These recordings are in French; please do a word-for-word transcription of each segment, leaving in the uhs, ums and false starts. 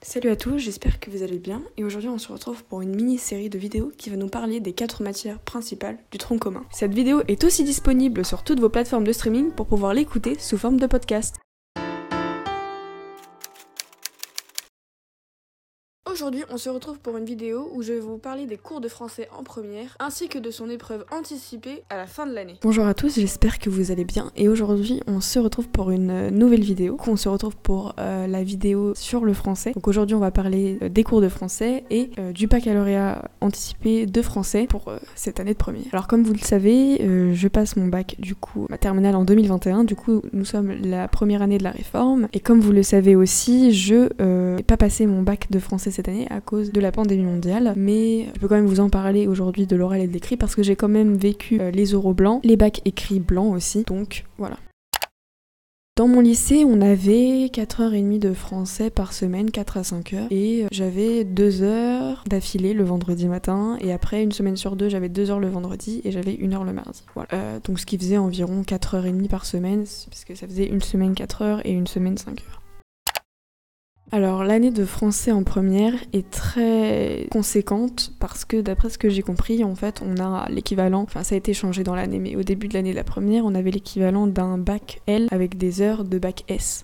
Salut à tous, j'espère que vous allez bien et aujourd'hui on se retrouve pour une mini-série de vidéos qui va nous parler des quatre matières principales du tronc commun. Cette vidéo est aussi disponible sur toutes vos plateformes de streaming pour pouvoir l'écouter sous forme de podcast. Aujourd'hui, on se retrouve pour une vidéo où je vais vous parler des cours de français en première, ainsi que de son épreuve anticipée à la fin de l'année. Bonjour à tous, j'espère que vous allez bien, et aujourd'hui, on se retrouve pour une nouvelle vidéo. On se retrouve pour euh, la vidéo sur le français. Donc aujourd'hui, on va parler euh, des cours de français et euh, du baccalauréat anticipé de français pour euh, cette année de première. Alors comme vous le savez, euh, je passe mon bac, du coup, ma terminale en deux mille vingt et un, du coup, nous sommes la première année de la réforme, et comme vous le savez aussi, je euh, n'ai pas passé mon bac de français cette année à cause de la pandémie mondiale, mais je peux quand même vous en parler aujourd'hui de l'oral et de l'écrit parce que j'ai quand même vécu euh, les oraux blancs, les bacs écrits blancs aussi, donc voilà. Dans mon lycée, on avait quatre heures trente de français par semaine, quatre à cinq heures, et j'avais deux heures d'affilée le vendredi matin, et après une semaine sur deux, j'avais deux heures le vendredi, et j'avais une heure le mardi. Voilà. Euh, donc ce qui faisait environ quatre heures trente par semaine, parce que ça faisait une semaine quatre heures et une semaine cinq heures. Alors l'année de français en première est très conséquente parce que d'après ce que j'ai compris, en fait on a l'équivalent, enfin ça a été changé dans l'année, mais au début de l'année de la première, on avait l'équivalent d'un bac L avec des heures de bac S.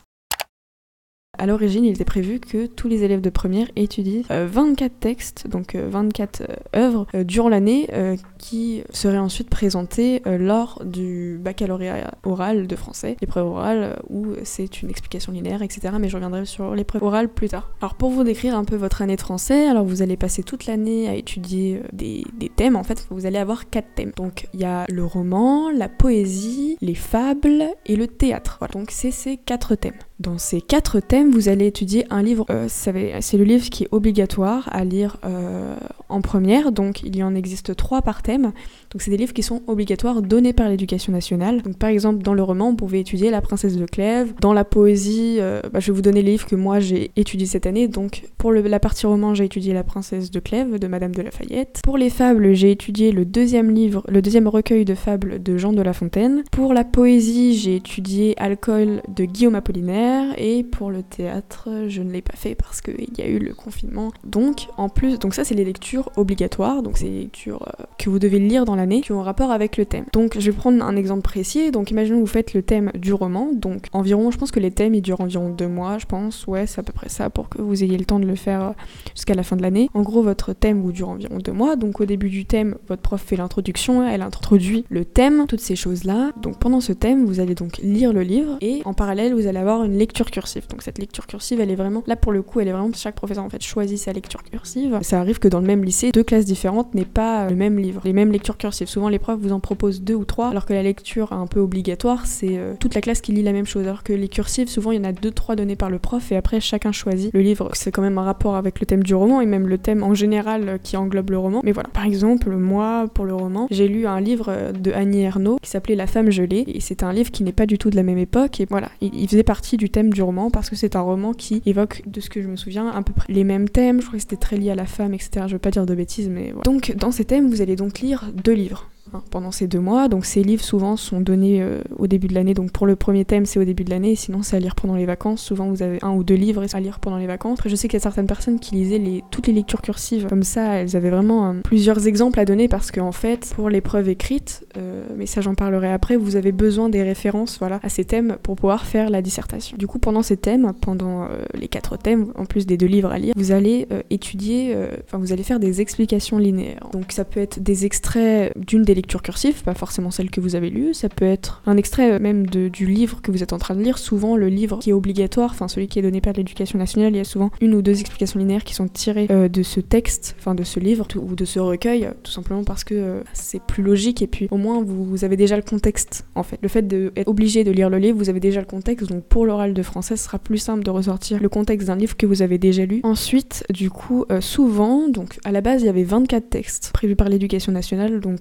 À l'origine, il était prévu que tous les élèves de première étudient euh, vingt-quatre textes, donc euh, vingt-quatre euh, œuvres euh, durant l'année euh, qui seraient ensuite présentées euh, lors du baccalauréat oral de français, l'épreuve orale euh, où c'est une explication linéaire, et cetera. Mais je reviendrai sur l'épreuve orale plus tard. Alors pour vous décrire un peu votre année de français, alors vous allez passer toute l'année à étudier euh, des, des thèmes. En fait, vous allez avoir quatre thèmes. Donc il y a le roman, la poésie, les fables et le théâtre. Voilà. Donc c'est ces quatre thèmes. Dans ces quatre thèmes, vous allez étudier un livre, euh, c'est le livre qui est obligatoire à lire euh, en première, donc il y en existe trois par thème, donc c'est des livres qui sont obligatoires donnés par l'éducation nationale. Donc par exemple dans le roman, vous pouvez étudier La Princesse de Clèves, dans la poésie, euh, bah, je vais vous donner les livres que moi j'ai étudiés cette année, donc pour le, la partie roman, j'ai étudié La Princesse de Clèves de Madame de La Fayette. Pour les fables, j'ai étudié le deuxième livre, le deuxième recueil de fables de Jean de La Fontaine. Pour la poésie, j'ai étudié Alcool de Guillaume Apollinaire. Et pour le théâtre, je ne l'ai pas fait parce qu'il y a eu le confinement. Donc, en plus, donc ça c'est les lectures obligatoires, donc c'est les lectures euh, que vous devez lire dans l'année, qui ont rapport avec le thème. Donc, je vais prendre un exemple précis. Donc, imaginons que vous faites le thème du roman. Donc, environ, je pense que les thèmes ils durent environ deux mois, je pense. Ouais, c'est à peu près ça pour que vous ayez le temps de le faire jusqu'à la fin de l'année. En gros, votre thème vous dure environ deux mois. Donc, au début du thème, votre prof fait l'introduction, elle introduit le thème, toutes ces choses-là. Donc, pendant ce thème, vous allez donc lire le livre et en parallèle, vous allez avoir une lecture cursive. Donc cette lecture cursive, elle est vraiment, là pour le coup, elle est vraiment, chaque professeur en fait choisit sa lecture cursive. Ça arrive que dans le même lycée, deux classes différentes n'aient pas le même livre, les mêmes lectures cursives. Souvent les profs vous en proposent deux ou trois, alors que la lecture un peu obligatoire, c'est euh, toute la classe qui lit la même chose. Alors que les cursives, souvent il y en a deux, trois données par le prof et après chacun choisit le livre. C'est quand même un rapport avec le thème du roman et même le thème en général euh, qui englobe le roman. Mais voilà, par exemple, moi, pour le roman, j'ai lu un livre de Annie Ernaux qui s'appelait La Femme gelée et c'est un livre qui n'est pas du tout de la même époque et voilà, il, il faisait partie du thème du roman parce que c'est un roman qui évoque, de ce que je me souviens, à peu près les mêmes thèmes. Je crois que c'était très lié à la femme, et cetera. Je veux pas dire de bêtises, mais voilà. Donc dans ces thèmes, vous allez donc lire deux livres hein, pendant ces deux mois. Donc ces livres souvent sont donnés euh, au début de l'année. Donc pour le premier thème, c'est au début de l'année. Sinon, c'est à lire pendant les vacances. Souvent, vous avez un ou deux livres à lire pendant les vacances. Après, je sais qu'il y a certaines personnes qui lisaient les, toutes les lectures cursives comme ça. Elles avaient vraiment euh, plusieurs exemples à donner parce qu'en fait, pour l'épreuve écrite, euh, mais ça j'en parlerai après, vous avez besoin des références, voilà, à ces thèmes pour pouvoir faire la dissertation. Du coup, pendant ces thèmes, pendant euh, les quatre thèmes, en plus des deux livres à lire, vous allez euh, étudier, enfin euh, vous allez faire des explications linéaires. Donc ça peut être des extraits d'une des lectures cursives, pas forcément celle que vous avez lue, ça peut être un extrait euh, même de, du livre que vous êtes en train de lire. Souvent le livre qui est obligatoire, enfin celui qui est donné par l'éducation nationale, il y a souvent une ou deux explications linéaires qui sont tirées euh, de ce texte, enfin de ce livre tout, ou de ce recueil, tout simplement parce que euh, c'est plus logique et puis au moins vous, vous avez déjà le contexte en fait. Le fait d'être obligé de lire le livre, vous avez déjà le contexte, donc pour l'oral de français, ce sera plus simple de ressortir le contexte d'un livre que vous avez déjà lu. Ensuite, du coup, euh, souvent, donc à la base, il y avait vingt-quatre textes prévus par l'éducation nationale, donc là, comme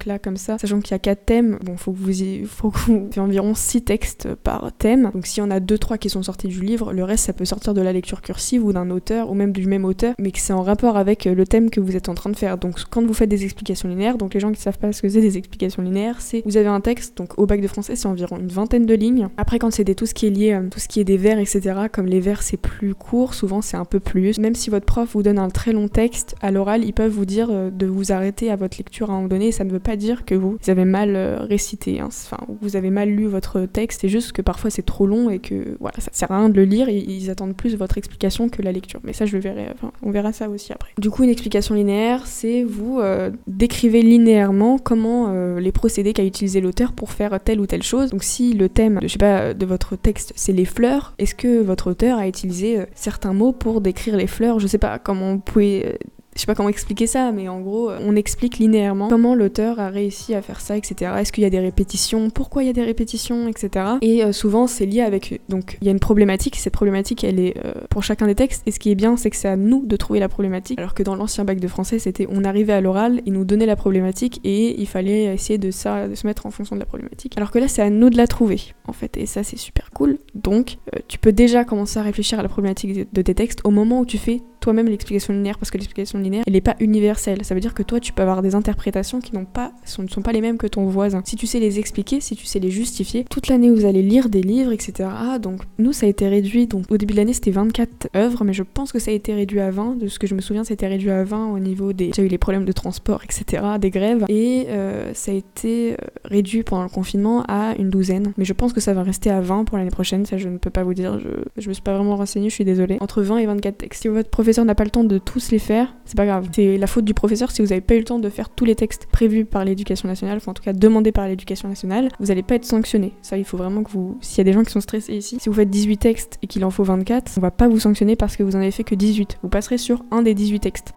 ça, sachant qu'il y a quatre thèmes, bon, faut que vous y, faut que vous ayez environ six textes par thème. Donc s'il y en a deux trois qui sont sortis du livre, le reste ça peut sortir de la lecture cursive ou d'un auteur ou même du même auteur, mais que c'est en rapport avec le thème que vous êtes en train de faire. Donc quand vous faites des explications linéaires, donc les gens qui savent pas ce que c'est des explications linéaires, c'est vous avez un texte, donc au bac de français c'est environ une vingtaine de lignes. Après quand c'est des, tout ce qui est lié, euh, tout ce qui est des vers, et cetera, comme les vers c'est plus court, souvent c'est un peu plus. Même si votre prof vous donne un très long texte, à l'oral ils peuvent vous dire euh, de vous arrêter à votre lecture à un moment donné, et ça ne veut pas dire que vous, vous avez mal euh, récité, hein. Enfin vous avez mal lu votre texte, c'est juste que parfois c'est trop long et que voilà, ça sert à rien de le lire, et ils attendent plus votre explication que la lecture. Mais ça je le verrai, enfin, on verra ça aussi après. Du coup une explication linéaire, c'est vous euh, décrivez linéairement comment euh, les procédés qu'a utilisé l'auteur pour faire telle ou telle chose. Donc si le thème de, je sais pas, de votre texte c'est les fleurs, est-ce que votre auteur a utilisé euh, certains mots pour décrire les fleurs? Je sais pas comment vous pouvez... Euh, je sais pas comment expliquer ça, mais en gros, on explique linéairement comment l'auteur a réussi à faire ça, et cetera. Est-ce qu'il y a des répétitions? Pourquoi il y a des répétitions, et cetera. Et euh, souvent, c'est lié avec... Donc, il y a une problématique. Cette problématique, elle est euh, pour chacun des textes. Et ce qui est bien, c'est que c'est à nous de trouver la problématique. Alors que dans l'ancien bac de français, c'était on arrivait à l'oral, ils nous donnaient la problématique et il fallait essayer de, ça, de se mettre en fonction de la problématique. Alors que là, c'est à nous de la trouver, en fait. Et ça, c'est super cool. Donc, euh, tu peux déjà commencer à réfléchir à la problématique de, de tes textes au moment où tu fais toi-même l'explication linéaire, parce que l'explication linéaire, elle n'est pas universelle. Ça veut dire que toi, tu peux avoir des interprétations qui n'ont pas, sont, ne sont pas les mêmes que ton voisin. Si tu sais les expliquer, si tu sais les justifier, toute l'année, vous allez lire des livres, et cetera. Donc, nous, ça a été réduit. Donc, au début de l'année, c'était vingt-quatre œuvres, mais je pense que ça a été réduit à vingt. De ce que je me souviens, ça a été réduit à vingt au niveau des... J'ai eu les problèmes de transport, et cetera, des grèves. Et euh, ça a été réduit pendant le confinement à une douzaine. Mais je pense que ça va rester à vingt pour l'année prochaine. Ça, je ne peux pas vous dire. Je, je me suis pas vraiment renseignée, je suis désolée. Entre vingt et vingt-quatre textes. Si votre professeur n'a pas le temps de tous les faire, c'est pas grave. C'est la faute du professeur si vous n'avez pas eu le temps de faire tous les textes prévus par l'éducation nationale, enfin en tout cas demandés par l'éducation nationale, vous n'allez pas être sanctionné. Ça, il faut vraiment que vous... S'il y a des gens qui sont stressés ici, si vous faites dix-huit textes et qu'il en faut vingt-quatre, on va pas vous sanctionner parce que vous en avez fait que dix-huit. Vous passerez sur un des dix-huit textes.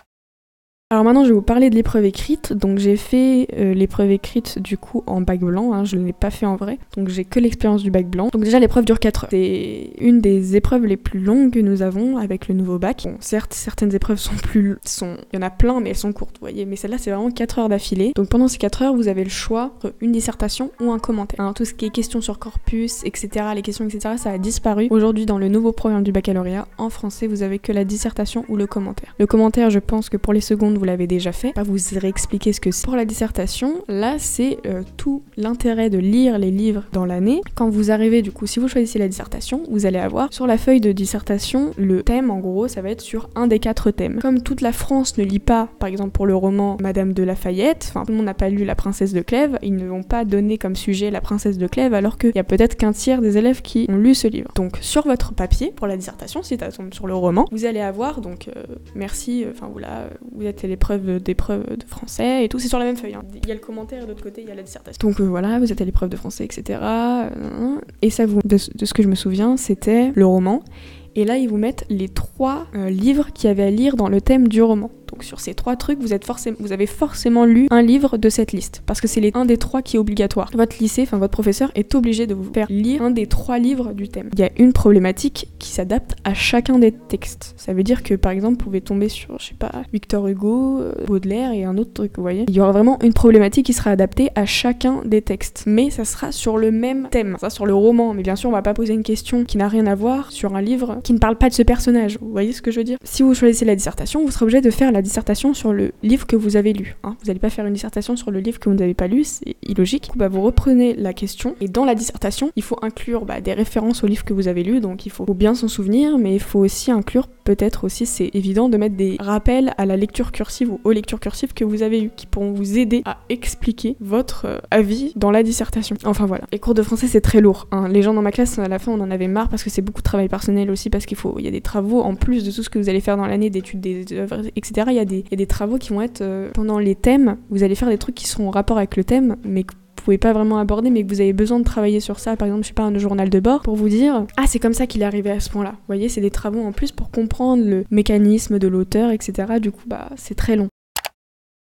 Alors maintenant je vais vous parler de l'épreuve écrite. Donc j'ai fait euh, l'épreuve écrite du coup en bac blanc, hein, je ne l'ai pas fait en vrai, donc j'ai que l'expérience du bac blanc. Donc déjà l'épreuve dure quatre heures. C'est une des épreuves les plus longues que nous avons avec le nouveau bac. Bon certes certaines épreuves sont plus... sont... il y en a plein mais elles sont courtes, vous voyez, mais celle-là c'est vraiment quatre heures d'affilée. Donc pendant ces quatre heures vous avez le choix entre une dissertation ou un commentaire. Alors, tout ce qui est questions sur corpus, et cetera, les questions, et cetera, ça a disparu. Aujourd'hui dans le nouveau programme du baccalauréat, en français vous avez que la dissertation ou le commentaire. Le commentaire je pense que pour les secondes vous l'avez déjà fait, pas vous réexpliquer ce que c'est. Pour la dissertation, là c'est euh, tout l'intérêt de lire les livres dans l'année. Quand vous arrivez du coup, si vous choisissez la dissertation, vous allez avoir sur la feuille de dissertation le thème, en gros ça va être sur un des quatre thèmes. Comme toute la France ne lit pas, par exemple pour le roman Madame de Lafayette, enfin tout le monde n'a pas lu La Princesse de Clèves, ils ne vont pas donner comme sujet La Princesse de Clèves alors qu'il y a peut-être qu'un tiers des élèves qui ont lu ce livre. Donc sur votre papier, pour la dissertation, si ça tombe sur le roman, vous allez avoir donc euh, merci, enfin euh, voilà, vous êtes à l'épreuve d'épreuve de français et tout, c'est sur la même feuille, hein. Il y a le commentaire et de l'autre côté il y a la dissertation. Donc euh, voilà, vous êtes à l'épreuve de français, et cetera. Et ça vous, de, de ce que je me souviens, c'était le roman. Et là ils vous mettent les trois euh, livres qu'il y avait à lire dans le thème du roman. Donc sur ces trois trucs, vous, êtes forcément, vous avez forcément lu un livre de cette liste. Parce que c'est les, un des trois qui est obligatoire. Votre lycée, enfin votre professeur est obligé de vous faire lire un des trois livres du thème. Il y a une problématique qui s'adapte à chacun des textes. Ça veut dire que par exemple, vous pouvez tomber sur, je sais pas, Victor Hugo, euh, Baudelaire et un autre truc, vous voyez. Il y aura vraiment une problématique qui sera adaptée à chacun des textes. Mais ça sera sur le même thème. Ça sur le roman. Mais bien sûr, on va pas poser une question qui n'a rien à voir sur un livre qui ne parle pas de ce personnage. Vous voyez ce que je veux dire? Si vous choisissez la dissertation, vous serez obligé de faire la dissertation sur le livre que vous avez lu. Hein. Vous n'allez pas faire une dissertation sur le livre que vous n'avez pas lu, c'est illogique. Du coup, bah, vous reprenez la question et dans la dissertation, il faut inclure bah, des références au livre que vous avez lu, donc il faut bien s'en souvenir, mais il faut aussi inclure peut-être aussi, c'est évident, de mettre des rappels à la lecture cursive ou aux lectures cursives que vous avez eues, qui pourront vous aider à expliquer votre euh, avis dans la dissertation. Enfin voilà. Les cours de français, c'est très lourd. Hein. Les gens dans ma classe, à la fin, on en avait marre parce que c'est beaucoup de travail personnel aussi, parce qu'il faut, il y a des travaux, en plus de tout ce que vous allez faire dans l'année, d'études des œuvres, et cetera. Il y a des, il y a des travaux qui vont être euh, pendant les thèmes. Vous allez faire des trucs qui seront en rapport avec le thème, mais que vous pouvez pas vraiment aborder, mais que vous avez besoin de travailler sur ça, par exemple, je sais pas, un journal de bord, pour vous dire ah c'est comme ça qu'il est arrivé à ce point-là. Vous voyez, c'est des travaux en plus pour comprendre le mécanisme de l'auteur, et cetera. Du coup, bah c'est très long.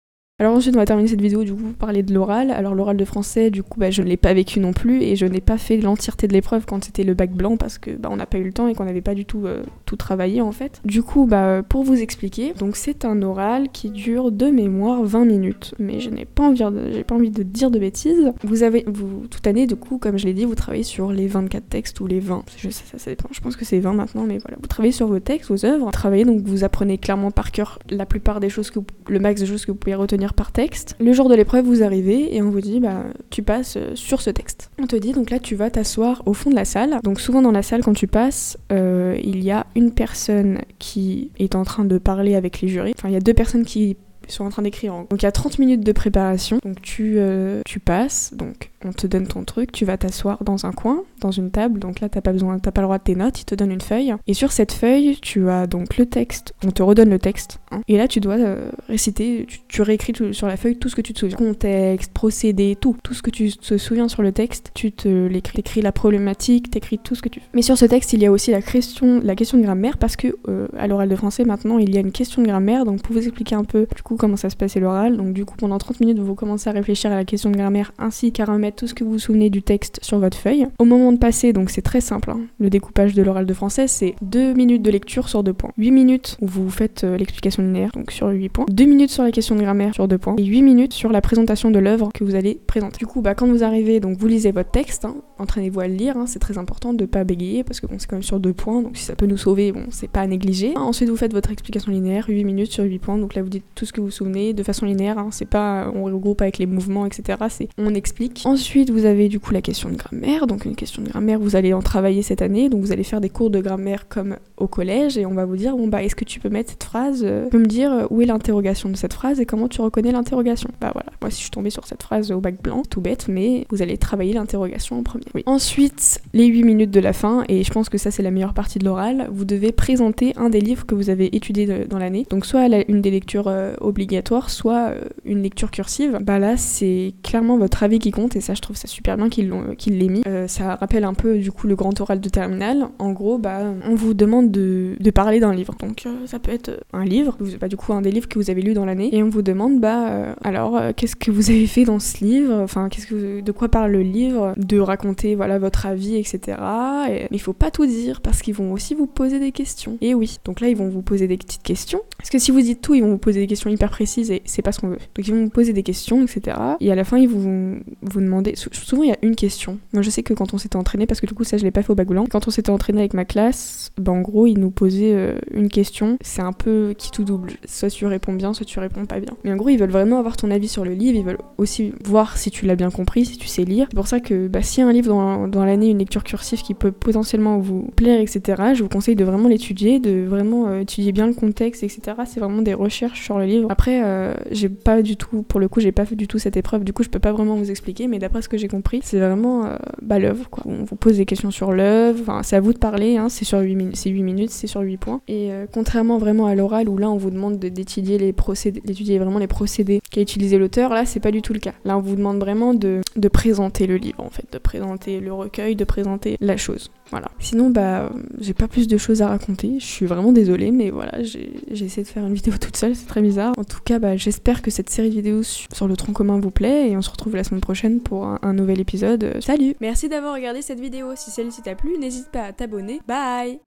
Alors ensuite on va terminer cette vidéo du coup pour parler de l'oral. Alors l'oral de français du coup bah, je ne l'ai pas vécu non plus et je n'ai pas fait l'entièreté de l'épreuve quand c'était le bac blanc parce que bah, on n'a pas eu le temps et qu'on n'avait pas du tout euh, tout travaillé en fait. Du coup bah pour vous expliquer, donc c'est un oral qui dure de mémoire vingt minutes, mais je n'ai pas envie de, j'ai pas envie de dire de bêtises. Vous avez, vous, toute année du coup comme je l'ai dit, vous travaillez sur les vingt-quatre textes ou les vingt, je sais ça, ça dépend, je pense que c'est vingt maintenant, mais voilà. Vous travaillez sur vos textes, vos œuvres, vous travaillez donc vous apprenez clairement par cœur la plupart des choses, que vous, le max de choses que vous pouvez retenir par texte. Le jour de l'épreuve vous arrivez et on vous dit bah tu passes sur ce texte. On te dit donc là tu vas t'asseoir au fond de la salle, donc souvent dans la salle quand tu passes, euh, il y a une personne qui est en train de parler avec les jurys, enfin il y a deux personnes qui sont en train d'écrire. Donc il y a trente minutes de préparation, donc tu, euh, tu passes, donc on te donne ton truc, tu vas t'asseoir dans un coin, dans une table, donc là t'as pas besoin, t'as pas le droit de tes notes, ils te donnent une feuille, et sur cette feuille tu as donc le texte, on te redonne le texte, hein, et là tu dois euh, réciter, tu, tu réécris tout, sur la feuille tout ce que tu te souviens, contexte, procédé, tout, tout ce que tu te souviens sur le texte, tu te l'écris, t'écris la problématique, t'écris tout ce que tu veux. Mais sur ce texte il y a aussi la question, la question de grammaire, parce que euh, à l'oral de français maintenant il y a une question de grammaire, donc pour vous expliquer un peu du coup comment ça se passait l'oral, donc du coup pendant trente minutes vous commencez à réfléchir à la question de grammaire ainsi qu'à remettre tout ce que vous vous souvenez du texte sur votre feuille. Au moment de passer, donc c'est très simple, hein, le découpage de l'oral de français c'est deux minutes de lecture sur deux points, huit minutes où vous faites euh, l'explication linéaire, donc sur huit points, deux minutes sur la question de grammaire sur deux points, et huit minutes sur la présentation de l'œuvre que vous allez présenter. Du coup, bah, quand vous arrivez, donc vous lisez votre texte, hein, entraînez-vous à le lire, hein, c'est très important de pas bégayer parce que bon, c'est quand même sur deux points, donc si ça peut nous sauver, bon, c'est pas à négliger. Hein, ensuite, vous faites votre explication linéaire, huit minutes sur huit points, donc là vous dites tout ce que vous vous souvenez de façon linéaire, hein, c'est pas on regroupe avec les mouvements, et cetera. C'est on explique. Ensuite, vous avez du coup la question de grammaire, donc une question de grammaire, vous allez en travailler cette année, donc vous allez faire des cours de grammaire comme au collège et on va vous dire bon bah est-ce que tu peux mettre cette phrase, euh, tu peux me dire où est l'interrogation de cette phrase et comment tu reconnais l'interrogation. Bah voilà, moi si je suis tombée sur cette phrase au bac blanc, tout bête, mais vous allez travailler l'interrogation en premier. Oui. Ensuite, les huit minutes de la fin, et je pense que ça c'est la meilleure partie de l'oral, vous devez présenter un des livres que vous avez étudié dans l'année, donc soit une des lectures euh, obligatoires, soit euh, une lecture cursive. Bah là c'est clairement votre avis qui compte et ça je trouve ça super bien qu'ils l'ont, qu'ils l'aient mis. Euh, ça rappelle un peu du coup le grand oral de terminale. En gros, bah on vous demande de, de parler d'un livre, donc euh, ça peut être un livre, bah, du coup un des livres que vous avez lu dans l'année, et on vous demande bah euh, alors euh, qu'est-ce que vous avez fait dans ce livre, enfin qu'est-ce que vous, de quoi parle le livre, de raconter voilà votre avis, et cetera. Et, mais il faut pas tout dire parce qu'ils vont aussi vous poser des questions. Et oui, donc là ils vont vous poser des petites questions. Parce que si vous dites tout, ils vont vous poser des questions hyper précises et c'est pas ce qu'on veut. Donc ils vont vous poser des questions, et cetera. Et à la fin ils vont vous demander. Souvent il y a une question. Moi je sais que quand on s'était entraîné, parce que du coup ça je l'ai pas fait au bac blanc, quand on s'était entraîné avec ma classe, bah en gros ils nous posaient euh, une question. C'est un peu qui tout double. Soit tu réponds bien, soit tu réponds pas bien. Mais en gros ils veulent vraiment avoir ton avis sur le livre. Ils veulent aussi voir si tu l'as bien compris, si tu sais lire. C'est pour ça que bah, s'il y a un livre dans, dans l'année, une lecture cursive qui peut potentiellement vous plaire, et cetera, je vous conseille de vraiment l'étudier, de vraiment euh, étudier bien le contexte, et cetera. C'est vraiment des recherches sur le livre. Après, euh, j'ai pas du tout, pour le coup, j'ai pas fait du tout cette épreuve, du coup, je peux pas vraiment vous expliquer, mais d'après ce que j'ai compris, c'est vraiment euh, bah, l'œuvre, quoi. On vous pose des questions sur l'œuvre, enfin, c'est à vous de parler, hein, c'est sur huit minutes, c'est huit minutes, c'est sur huit points. Et euh, contrairement vraiment à l'oral, où là, on vous demande de, d'étudier les procédés, d'étudier vraiment les procédés qu'a utilisé l'auteur, là, c'est pas du tout le cas. Là, on vous demande vraiment de, de présenter le livre, en fait, de présenter le recueil, de présenter la chose. Voilà. Sinon, bah, j'ai pas plus de choses à raconter. Je suis vraiment désolée, mais voilà, j'ai, j'ai essayé de faire une vidéo toute seule, c'est très bizarre. En tout cas, bah, j'espère que cette série de vidéos sur le tronc commun vous plaît et on se retrouve la semaine prochaine pour un, un nouvel épisode. Salut! Merci d'avoir regardé cette vidéo. Si celle-ci t'a plu, n'hésite pas à t'abonner. Bye!